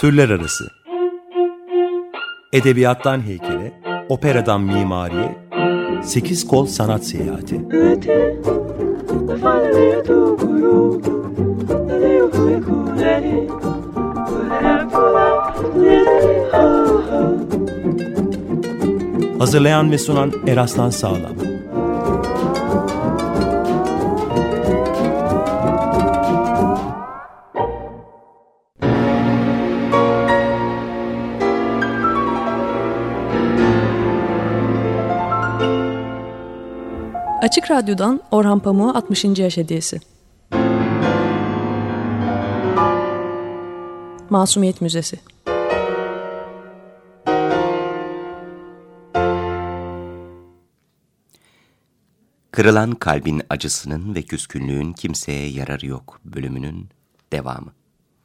Türler arası. Edebiyattan heykele, operadan mimariye, 8 kol sanat seyahati. Hazırlayan ve sunan Eraslan Sağlam. Açık Radyo'dan Orhan Pamuk'a 60. yaş hediyesi. Masumiyet Müzesi. Kırılan kalbin acısının ve küskünlüğün kimseye yararı yok bölümünün devamı.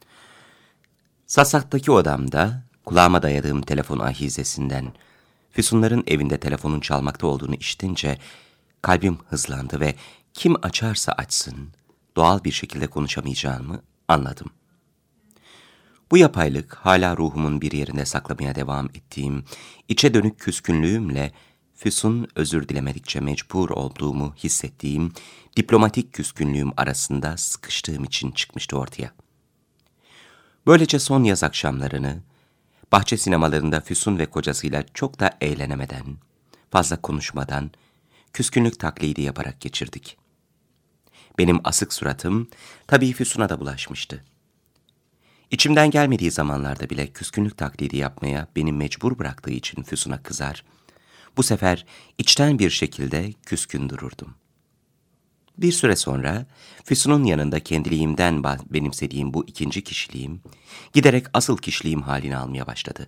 Sassak'taki odamda kulağıma dayadığım telefon ahizesinden Füsunların evinde telefonun çalmakta olduğunu işitince kalbim hızlandı ve kim açarsa açsın doğal bir şekilde konuşamayacağımı anladım. Bu yapaylık hala ruhumun bir yerine saklamaya devam ettiğim içe dönük küskünlüğümle Füsun özür dilemedikçe mecbur olduğumu hissettiğim diplomatik küskünlüğüm arasında sıkıştığım için çıkmıştı ortaya. Böylece son yaz akşamlarını bahçe sinemalarında Füsun ve kocasıyla çok da eğlenemeden, fazla konuşmadan, küskünlük taklidi yaparak geçirdik. Benim asık suratım tabii Füsun'a da bulaşmıştı. İçimden gelmediği zamanlarda bile küskünlük taklidi yapmaya beni mecbur bıraktığı için Füsun'a kızar, bu sefer içten bir şekilde küskün dururdum. Bir süre sonra Füsun'un yanında kendiliğimden benimsediğim bu ikinci kişiliğim, giderek asıl kişiliğim halini almaya başladı.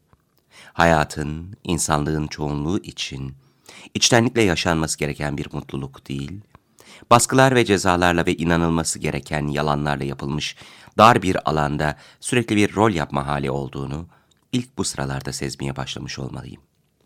Hayatın, insanlığın çoğunluğu için içtenlikle yaşanması gereken bir mutluluk değil, baskılar ve cezalarla ve inanılması gereken yalanlarla yapılmış dar bir alanda sürekli bir rol yapma hali olduğunu ilk bu sıralarda sezmeye başlamış olmalıyım.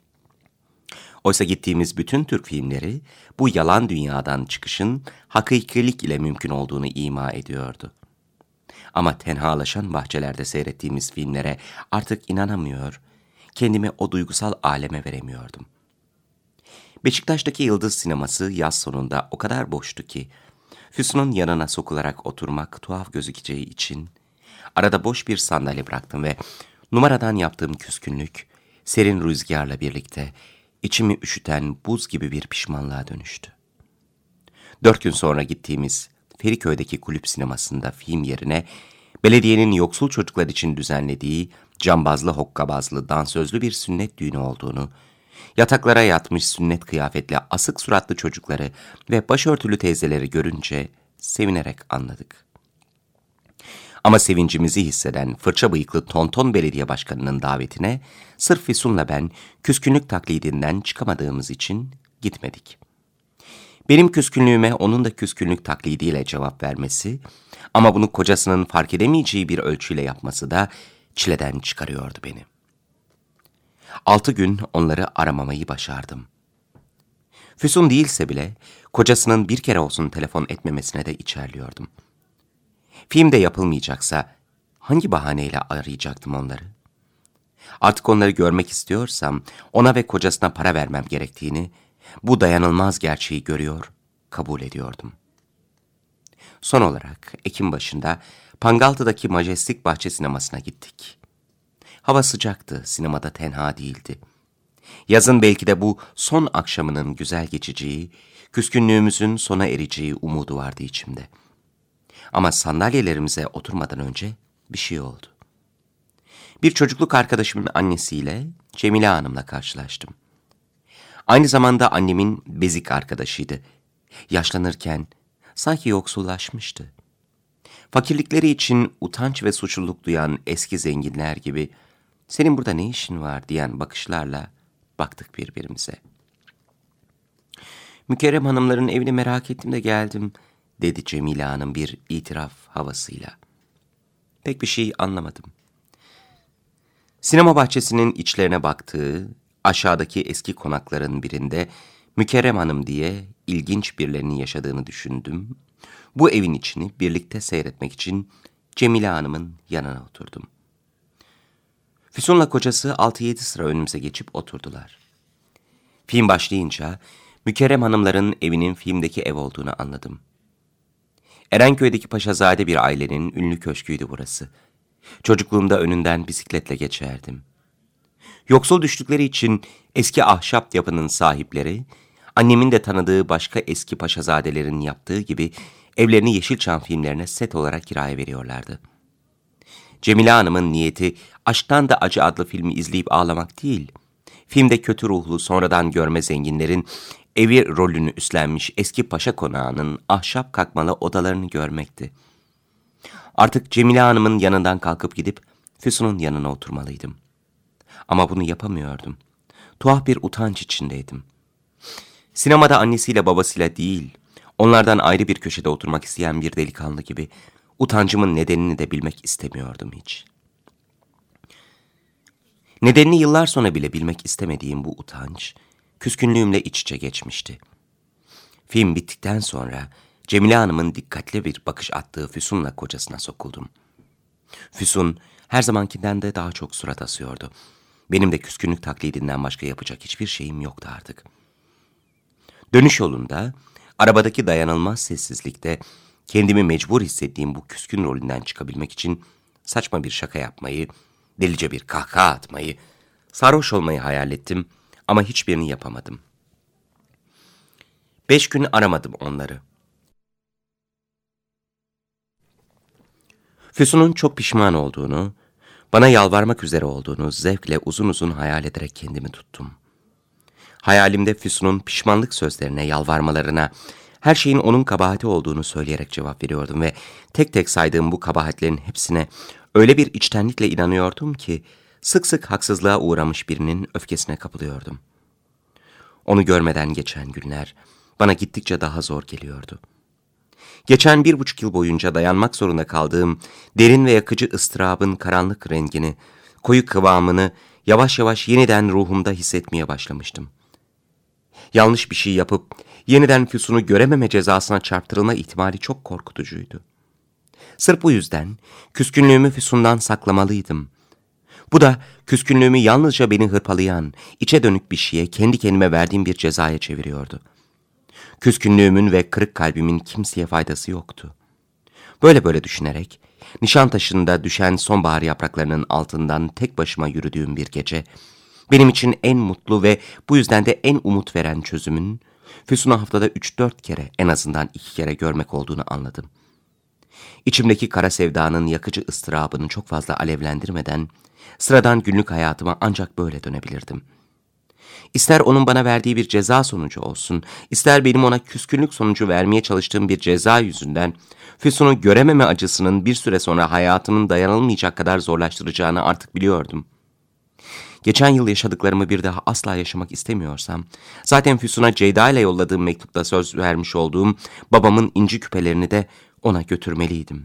Oysa gittiğimiz bütün Türk filmleri bu yalan dünyadan çıkışın hakikilik ile mümkün olduğunu ima ediyordu. Ama tenhalaşan bahçelerde seyrettiğimiz filmlere artık inanamıyor, kendimi o duygusal aleme veremiyordum. Beşiktaş'taki Yıldız Sineması yaz sonunda o kadar boştu ki, Füsun'un yanına sokularak oturmak tuhaf gözükeceği için arada boş bir sandalye bıraktım ve numaradan yaptığım küskünlük, serin rüzgarla birlikte içimi üşüten buz gibi bir pişmanlığa dönüştü. 4 gün sonra gittiğimiz Feriköy'deki kulüp sinemasında film yerine belediyenin yoksul çocuklar için düzenlediği cambazlı hokkabazlı dansözlü bir sünnet düğünü olduğunu, yataklara yatmış sünnet kıyafetli asık suratlı çocukları ve başörtülü teyzeleri görünce sevinerek anladık. Ama sevincimizi hisseden fırça bıyıklı tonton belediye başkanının davetine sırf Füsun'la ben küskünlük taklidinden çıkamadığımız için gitmedik. Benim küskünlüğüme onun da küskünlük taklidiyle cevap vermesi ama bunu kocasının fark edemeyeceği bir ölçüyle yapması da çileden çıkarıyordu beni. 6 gün onları aramamayı başardım. Füsun değilse bile kocasının bir kere olsun telefon etmemesine de içerliyordum. Filmde yapılmayacaksa hangi bahaneyle arayacaktım onları? Artık onları görmek istiyorsam ona ve kocasına para vermem gerektiğini, bu dayanılmaz gerçeği görüyor, kabul ediyordum. Son olarak Ekim başında Pangaltı'daki Majestik Bahçe Sineması'na gittik. Hava sıcaktı, sinemada tenha değildi. Yazın belki de bu son akşamının güzel geçeceği, küskünlüğümüzün sona ereceği umudu vardı içimde. Ama sandalyelerimize oturmadan önce bir şey oldu. Bir çocukluk arkadaşımın annesiyle Cemile Hanım'la karşılaştım. Aynı zamanda annemin bezik arkadaşıydı. Yaşlanırken sanki yoksullaşmıştı. Fakirlikleri için utanç ve suçluluk duyan eski zenginler gibi "Senin burada ne işin var?" diyen bakışlarla baktık birbirimize. "Mükerrem hanımların evini merak ettim de geldim," dedi Cemile Hanım bir itiraf havasıyla. Pek bir şey anlamadım. Sinema bahçesinin içlerine baktığı, aşağıdaki eski konakların birinde Mükerrem Hanım diye ilginç birilerinin yaşadığını düşündüm. Bu evin içini birlikte seyretmek için Cemile Hanım'ın yanına oturdum. Füsun'la kocası 6-7 sıra önümüze geçip oturdular. Film başlayınca Mükerrem Hanımların evinin filmdeki ev olduğunu anladım. Erenköy'deki paşazade bir ailenin ünlü köşküydü burası. Çocukluğumda önünden bisikletle geçerdim. Yoksul düştükleri için eski ahşap yapının sahipleri, annemin de tanıdığı başka eski paşazadelerin yaptığı gibi evlerini Yeşilçam filmlerine set olarak kiraya veriyorlardı. Cemile Hanım'ın niyeti Aşktan da Acı adlı filmi izleyip ağlamak değil, filmde kötü ruhlu sonradan görme zenginlerin evi rolünü üstlenmiş eski paşa konağının ahşap kakmalı odalarını görmekti. Artık Cemile Hanım'ın yanından kalkıp gidip Füsun'un yanına oturmalıydım. Ama bunu yapamıyordum. Tuhaf bir utanç içindeydim. Sinemada annesiyle babasıyla değil, onlardan ayrı bir köşede oturmak isteyen bir delikanlı gibi utancımın nedenini de bilmek istemiyordum hiç. Nedenini yıllar sonra bile bilmek istemediğim bu utanç, küskünlüğümle iç içe geçmişti. Film bittikten sonra Cemile Hanım'ın dikkatli bir bakış attığı Füsun'la kocasına sokuldum. Füsun her zamankinden de daha çok surat asıyordu. Benim de küskünlük taklidinden başka yapacak hiçbir şeyim yoktu artık. Dönüş yolunda, arabadaki dayanılmaz sessizlikte kendimi mecbur hissettiğim bu küskün rolünden çıkabilmek için saçma bir şaka yapmayı, delice bir kahkaha atmayı, sarhoş olmayı hayal ettim ama hiçbirini yapamadım. 5 gün aramadım onları. Füsun'un çok pişman olduğunu, bana yalvarmak üzere olduğunu zevkle uzun uzun hayal ederek kendimi tuttum. Hayalimde Füsun'un pişmanlık sözlerine, yalvarmalarına, her şeyin onun kabahati olduğunu söyleyerek cevap veriyordum ve tek tek saydığım bu kabahatlerin hepsine öyle bir içtenlikle inanıyordum ki sık sık haksızlığa uğramış birinin öfkesine kapılıyordum. Onu görmeden geçen günler bana gittikçe daha zor geliyordu. Geçen 1,5 yıl boyunca dayanmak zorunda kaldığım derin ve yakıcı ıstırabın karanlık rengini, koyu kıvamını yavaş yavaş yeniden ruhumda hissetmeye başlamıştım. Yanlış bir şey yapıp yeniden Füsun'u görememe cezasına çarptırılma ihtimali çok korkutucuydu. Sırf bu yüzden küskünlüğümü Füsun'dan saklamalıydım. Bu da küskünlüğümü yalnızca beni hırpalayan, içe dönük bir şeye kendi kendime verdiğim bir cezaya çeviriyordu. Küskünlüğümün ve kırık kalbimin kimseye faydası yoktu. Böyle düşünerek, Nişantaşı'nda düşen sonbahar yapraklarının altından tek başıma yürüdüğüm bir gece, benim için en mutlu ve bu yüzden de en umut veren çözümün, Füsun'u haftada 3-4 kere, en azından 2 kere görmek olduğunu anladım. İçimdeki kara sevdanın yakıcı ıstırabını çok fazla alevlendirmeden, sıradan günlük hayatıma ancak böyle dönebilirdim. İster onun bana verdiği bir ceza sonucu olsun, ister benim ona küskünlük sonucu vermeye çalıştığım bir ceza yüzünden, Füsun'u görememe acısının bir süre sonra hayatımın dayanılmayacak kadar zorlaştıracağını artık biliyordum. Geçen yıl yaşadıklarımı bir daha asla yaşamak istemiyorsam, zaten Füsun'a Ceyda ile yolladığım mektupta söz vermiş olduğum babamın inci küpelerini de ona götürmeliydim.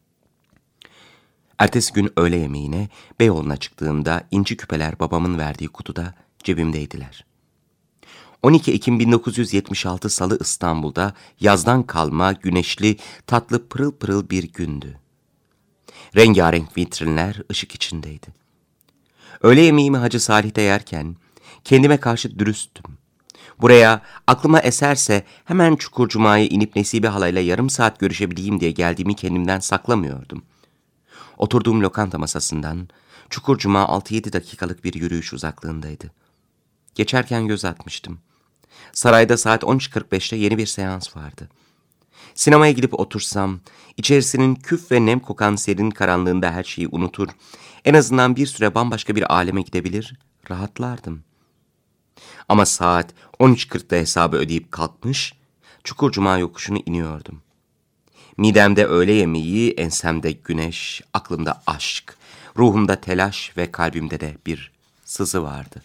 Ertesi gün öğle yemeğine Beyoğlu'na çıktığımda inci küpeler babamın verdiği kutuda cebimdeydiler. 12 Ekim 1976 Salı İstanbul'da yazdan kalma, güneşli, tatlı pırıl pırıl bir gündü. Rengarenk vitrinler ışık içindeydi. Öğle yemeğimi Hacı Salih'te yerken kendime karşı dürüsttüm. Buraya aklıma eserse hemen Çukurcuma'ya inip Nesibe halayla yarım saat görüşebileyim diye geldiğimi kendimden saklamıyordum. Oturduğum lokanta masasından Çukurcuma 6-7 dakikalık bir yürüyüş uzaklığındaydı. Geçerken göz atmıştım. Sarayda saat 13.45'te yeni bir seans vardı. Sinemaya gidip otursam, içerisinin küf ve nem kokan serin karanlığında her şeyi unutur, en azından bir süre bambaşka bir aleme gidebilir, rahatlardım. Ama saat 13.40'da hesabı ödeyip kalkmış, Çukurcuma yokuşunu iniyordum. Midemde öğle yemeği, ensemde güneş, aklımda aşk, ruhumda telaş ve kalbimde de bir sızı vardı.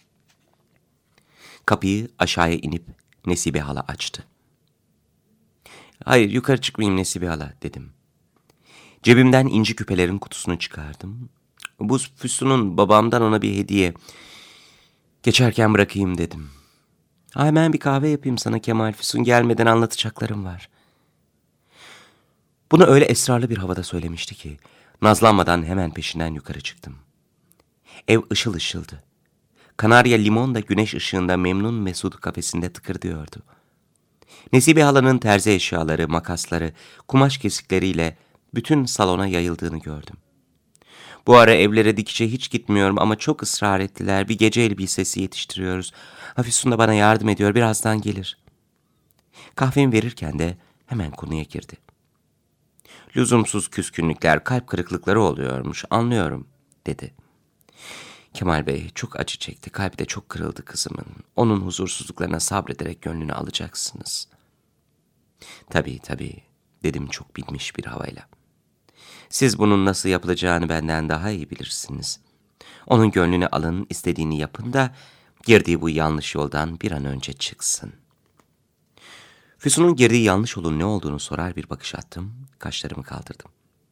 Kapıyı aşağıya inip Nesibe hala açtı. "Hayır, yukarı çıkmayayım Nesibe hala," dedim. Cebimden inci küpelerin kutusunu çıkardım. "Bu Füsun'un, babamdan ona bir hediye. Geçerken bırakayım," dedim. "Hemen bir kahve yapayım sana Kemal, Füsun gelmeden anlatacaklarım var." Bunu öyle esrarlı bir havada söylemişti ki, nazlanmadan hemen peşinden yukarı çıktım. Ev ışıl ışıldı. Kanarya limon da güneş ışığında memnun mesut kafesinde tıkırdıyordu. Nesibe halanın terzi eşyaları, makasları, kumaş kesikleriyle bütün salona yayıldığını gördüm. Bu ara evlere dikişe hiç gitmiyorum ama çok ısrar ettiler. Bir gece elbisesi yetiştiriyoruz. Füsun da bana yardım ediyor, birazdan gelir. Kahvemi verirken de hemen konuya girdi. Lüzumsuz küskünlükler, kalp kırıklıkları oluyormuş, anlıyorum, dedi. Kemal Bey çok acı çekti, kalbi de çok kırıldı kızımın. Onun huzursuzluklarına sabrederek gönlünü alacaksınız. Tabii, dedim çok bilmiş bir havayla. Siz bunun nasıl yapılacağını benden daha iyi bilirsiniz. Onun gönlünü alın, istediğini yapın da girdiği bu yanlış yoldan bir an önce çıksın. Füsun'un girdiği yanlış yolun ne olduğunu sorar bir bakış attım, kaşlarımı kaldırdım.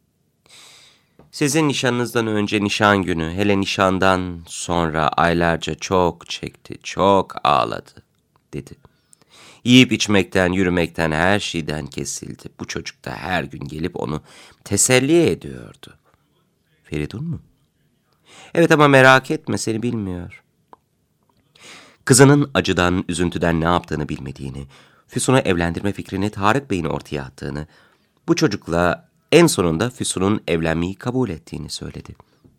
Sizin nişanınızdan önce nişan günü, hele nişandan sonra aylarca çok çekti, çok ağladı, dedi. Yiyip içmekten, yürümekten, her şeyden kesildi. Bu çocuk da her gün gelip onu teselli ediyordu. Feridun mu? Evet ama merak etme, seni bilmiyor. Kızının acıdan, üzüntüden ne yaptığını bilmediğini, Füsun'u evlendirme fikrini Tarık Bey'in ortaya attığını, bu çocukla en sonunda Füsun'un evlenmeyi kabul ettiğini söyledi.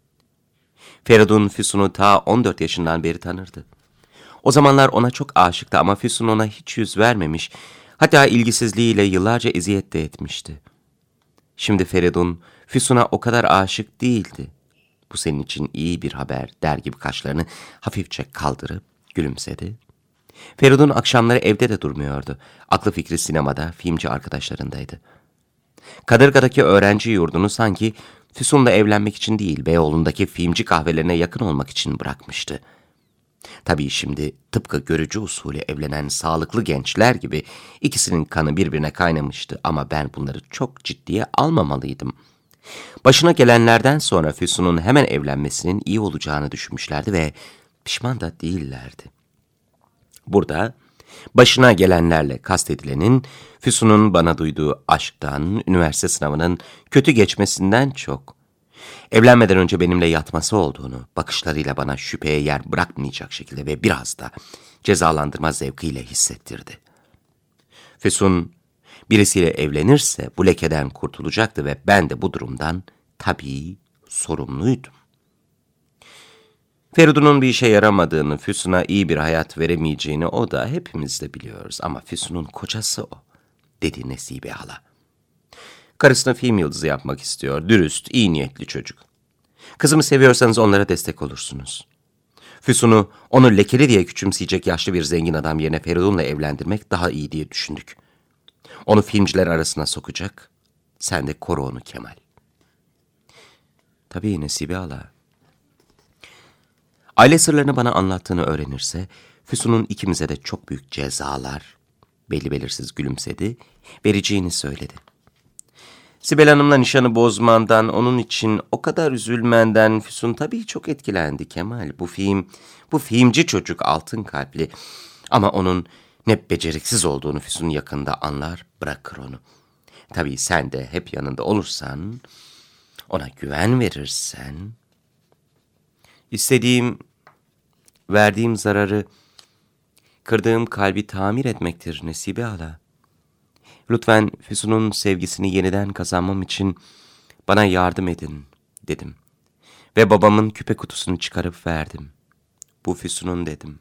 Feridun Füsun'u ta 14 yaşından beri tanırdı. O zamanlar ona çok aşıktı ama Füsun ona hiç yüz vermemiş, hatta ilgisizliğiyle yıllarca eziyet de etmişti. Şimdi Feridun Füsun'a o kadar aşık değildi. Bu senin için iyi bir haber der gibi kaşlarını hafifçe kaldırıp gülümsedi. Feridun akşamları evde de durmuyordu. Aklı fikri sinemada, filmci arkadaşlarındaydı. Kadırga'daki öğrenci yurdunu sanki Füsun'la evlenmek için değil, Beyoğlu'ndaki filmci kahvelerine yakın olmak için bırakmıştı. Tabii şimdi tıpkı görücü usulü evlenen sağlıklı gençler gibi ikisinin kanı birbirine kaynamıştı ama ben bunları çok ciddiye almamalıydım. Başına gelenlerden sonra Füsun'un hemen evlenmesinin iyi olacağını düşünmüşlerdi ve pişman da değillerdi. Burada başına gelenlerle kastedilenin Füsun'un bana duyduğu aşktan, üniversite sınavının kötü geçmesinden çok, evlenmeden önce benimle yatması olduğunu, bakışlarıyla bana şüpheye yer bırakmayacak şekilde ve biraz da cezalandırma zevkiyle hissettirdi. Füsun birisiyle evlenirse bu lekeden kurtulacaktı ve ben de bu durumdan tabii sorumluydum. Feridun'un bir işe yaramadığını, Füsun'a iyi bir hayat veremeyeceğini o da hepimiz de biliyoruz ama Füsun'un kocası o, dedi Nesibe hala. Karısına film yıldızı yapmak istiyor, dürüst, iyi niyetli çocuk. Kızımı seviyorsanız onlara destek olursunuz. Füsun'u onu lekeli diye küçümseyecek yaşlı bir zengin adam yerine Feridun'la evlendirmek daha iyi diye düşündük. Onu filmciler arasına sokacak, sen de koru onu Kemal. Tabii Nesibe hala. Aile sırlarını bana anlattığını öğrenirse, Füsun'un ikimize de çok büyük cezalar, belli belirsiz gülümsedi, vereceğini söyledi. Sibel Hanım'la nişanı bozmandan, onun için o kadar üzülmenden Füsun tabii çok etkilendi Kemal. Bu filmci çocuk altın kalpli. Ama onun ne beceriksiz olduğunu Füsun yakında anlar, bırakır onu. Tabii sen de hep yanında olursan, ona güven verirsen... İstediğim, verdiğim zararı, kırdığım kalbi tamir etmektir Nesibe hala. Lütfen Füsun'un sevgisini yeniden kazanmam için bana yardım edin, dedim. Ve babamın küpe kutusunu çıkarıp verdim. Bu Füsun'un dedim.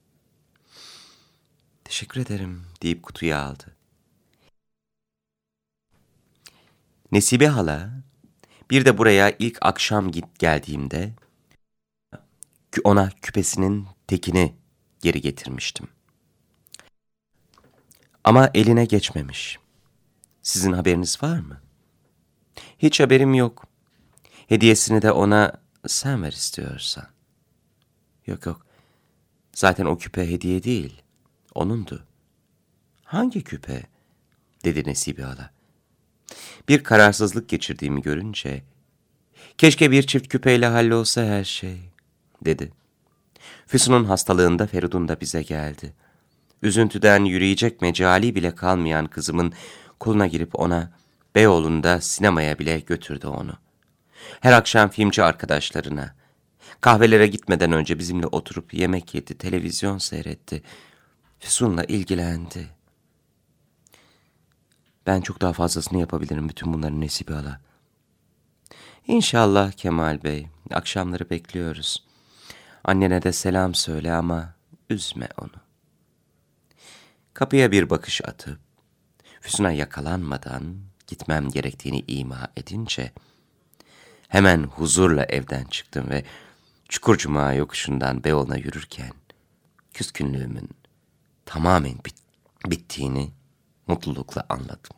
Teşekkür ederim deyip kutuyu aldı. Nesibe hala, bir de buraya ilk akşam geldiğimde ona küpesinin tekini geri getirmiştim. Ama eline geçmemiş. Sizin haberiniz var mı? Hiç haberim yok. Hediyesini de ona sen ver istiyorsan. Yok. Zaten o küpe hediye değil. Onundu. Hangi küpe? Dedi Nesibe hala. Bir kararsızlık geçirdiğimi görünce, keşke bir çift küpeyle hallolsa her şey, dedi. Füsun'un hastalığında Feridun da bize geldi. Üzüntüden yürüyecek mecali bile kalmayan kızımın koluna girip ona Beyoğlu'nda sinemaya bile götürdü onu. Her akşam filmci arkadaşlarına, Kahvelere gitmeden önce bizimle oturup yemek yedi, televizyon seyretti. Füsun'la ilgilendi. Ben çok daha fazlasını yapabilirim bütün bunların Nesibe hala. İnşallah Kemal Bey, akşamları bekliyoruz. Annene de selam söyle ama üzme onu. Kapıya bir bakış atıp, Füsun'a yakalanmadan gitmem gerektiğini ima edince, hemen huzurla evden çıktım ve Çukurcuma yokuşundan Beyoğlu'na yürürken, küskünlüğümün tamamen bittiğini mutlulukla anladım.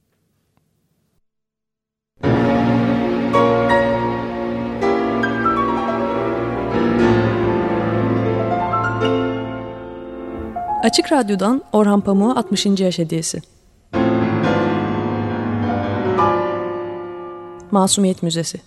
Açık Radyo'dan Orhan Pamuk'a 60. yaş hediyesi. Masumiyet Müzesi.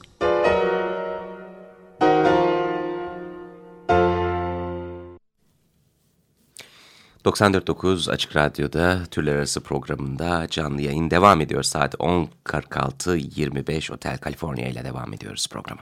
...94.9 Açık Radyo'da Türler Arası programında canlı yayın devam ediyor. Saat 10.46-25 Otel California ile devam ediyoruz programa.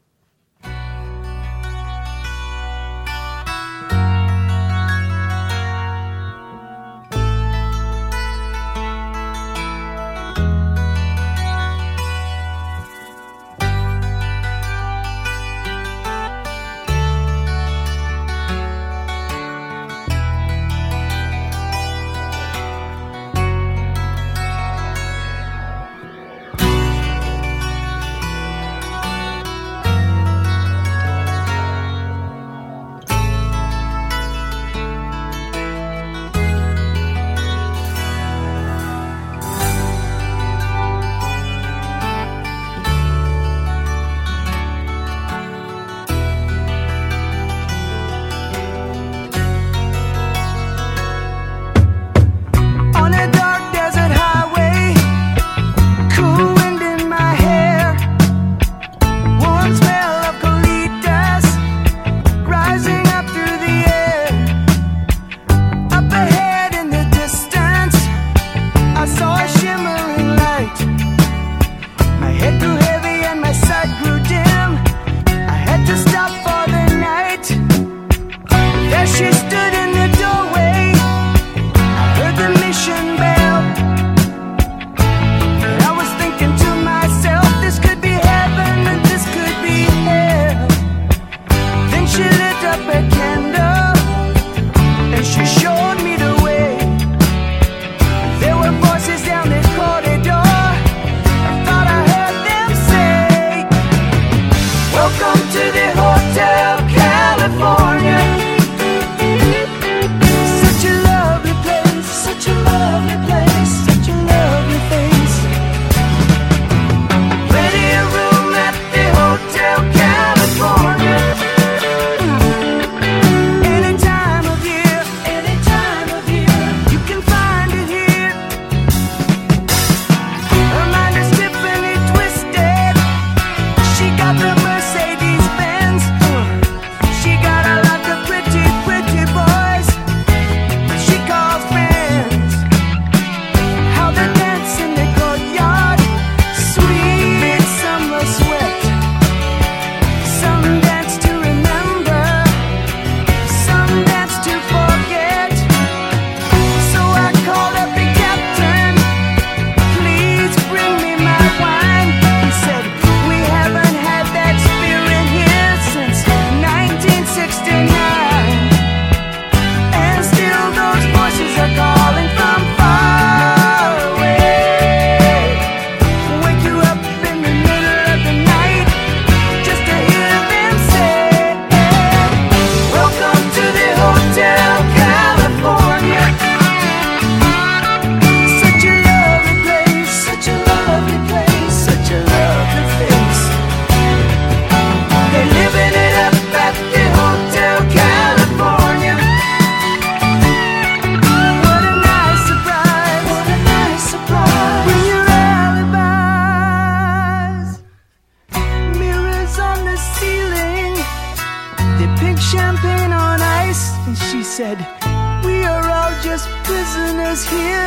said, we are all just prisoners here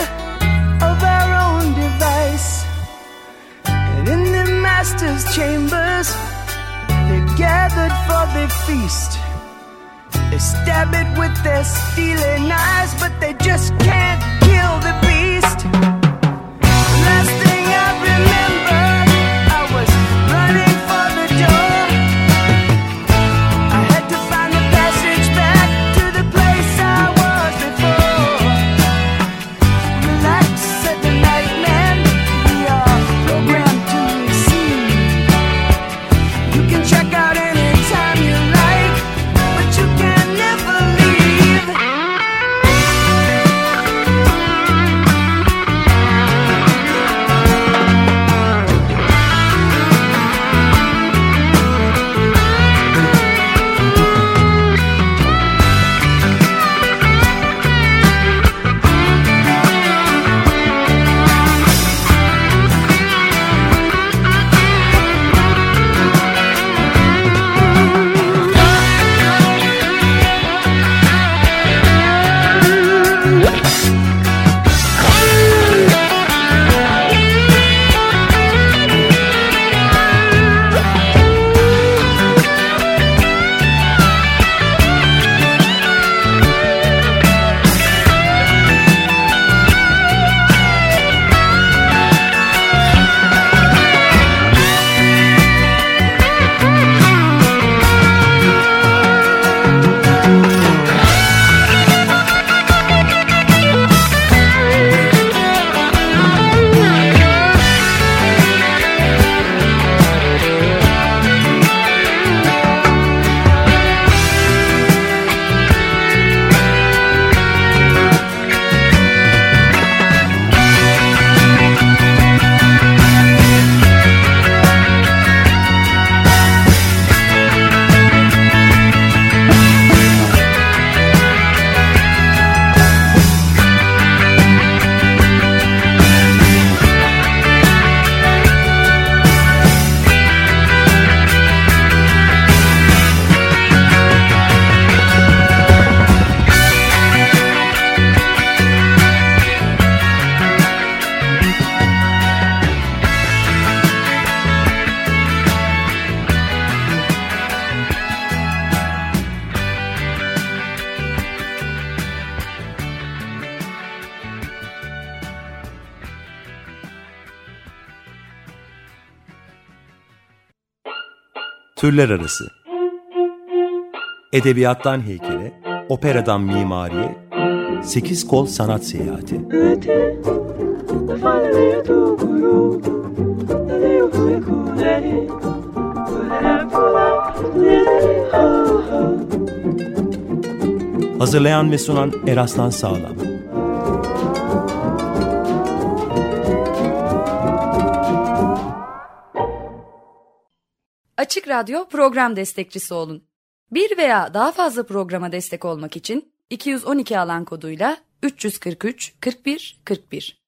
of our own device. And in the master's chambers, they gathered for the feast. They stab it with their steely knives, but they just can't kill the beast. The last thing I remember, I was running for the door. I had to find the passage back to the place I was before. Relax, said the nightman, we are programmed to receive. You can check out anytime you like, but you can never leave. Türler arası. Edebiyattan heykele, operadan mimariye, 8 kol sanat seyahati. Hazırlayan ve sunan Eraslan Sağlam. Açık Radyo program destekçisi olun. Bir veya daha fazla programa destek olmak için 212 alan koduyla 343 41 41